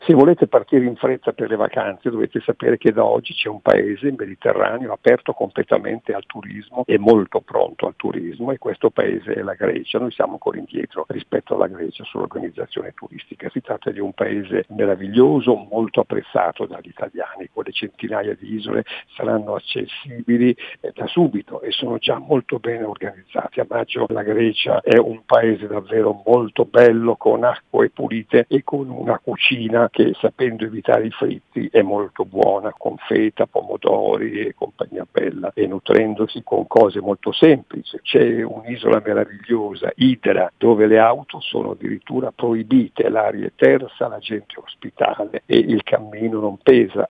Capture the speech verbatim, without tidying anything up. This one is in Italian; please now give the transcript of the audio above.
Se volete partire in fretta per le vacanze dovete sapere che da oggi c'è un paese, il Mediterraneo, aperto completamente al turismo e molto pronto al turismo, e questo paese è la Grecia. Noi siamo ancora indietro rispetto alla Grecia sull'organizzazione turistica. Si tratta di un paese meraviglioso, molto apprezzato dagli italiani. Quelle centinaia di isole saranno accessibili eh, da subito e sono già molto bene organizzati. A maggio la Grecia è un paese davvero molto bello, con acque pulite e con una cucina che, sapendo evitare i fritti, è molto buona, con feta, pomodori e compagnia bella, e nutrendosi con cose molto semplici. C'è un'isola meravigliosa, Idra, dove le auto sono addirittura proibite, l'aria è tersa, la gente è ospitale e il cammino non pesa.